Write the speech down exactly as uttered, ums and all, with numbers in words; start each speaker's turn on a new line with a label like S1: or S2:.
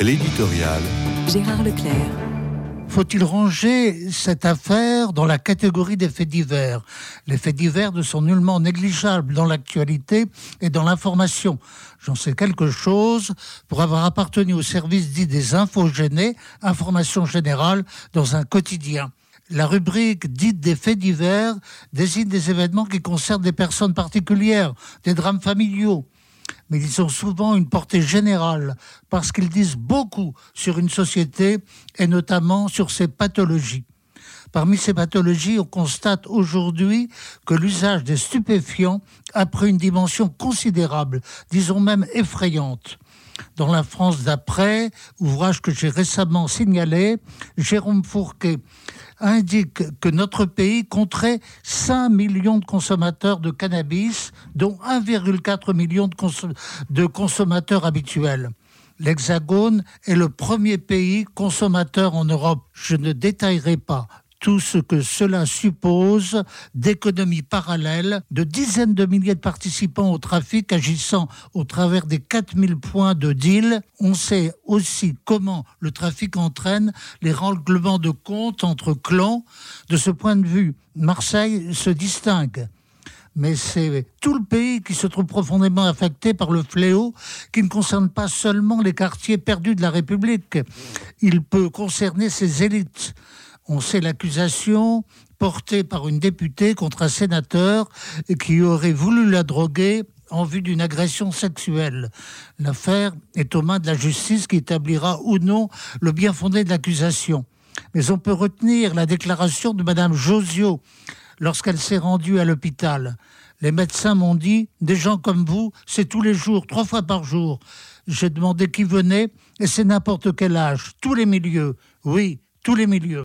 S1: L'éditorial.
S2: Gérard Leclerc.
S3: Faut-il ranger cette affaire dans la catégorie des faits divers ? Les faits divers ne sont nullement négligeables dans l'actualité et dans l'information. J'en sais quelque chose pour avoir appartenu au service dit des infogénés, information générale, dans un quotidien. La rubrique dite des faits divers désigne des événements qui concernent des personnes particulières, des drames familiaux. Mais ils ont souvent une portée générale parce qu'ils disent beaucoup sur une société et notamment sur ses pathologies. Parmi ces pathologies, on constate aujourd'hui que l'usage des stupéfiants a pris une dimension considérable, disons même effrayante. Dans la France d'après, ouvrage que j'ai récemment signalé, Jérôme Fourquet indique que notre pays compterait cinq millions de consommateurs de cannabis, dont un virgule quatre million de, cons- de consommateurs habituels. L'Hexagone est le premier pays consommateur en Europe. Je ne détaillerai pas tout ce que cela suppose d'économies parallèles, de dizaines de milliers de participants au trafic agissant au travers des quatre mille points de deal. On sait aussi comment le trafic entraîne les règlements de compte entre clans. De ce point de vue, Marseille se distingue. Mais c'est tout le pays qui se trouve profondément affecté par le fléau qui ne concerne pas seulement les quartiers perdus de la République. Il peut concerner ses élites. On sait l'accusation portée par une députée contre un sénateur qui aurait voulu la droguer en vue d'une agression sexuelle. L'affaire est aux mains de la justice qui établira ou non le bien fondé de l'accusation. Mais on peut retenir la déclaration de Madame Josio lorsqu'elle s'est rendue à l'hôpital. Les médecins m'ont dit « Des gens comme vous, c'est tous les jours, trois fois par jour. » J'ai demandé qui venait et c'est n'importe quel âge, tous les milieux. Oui, tous les milieux.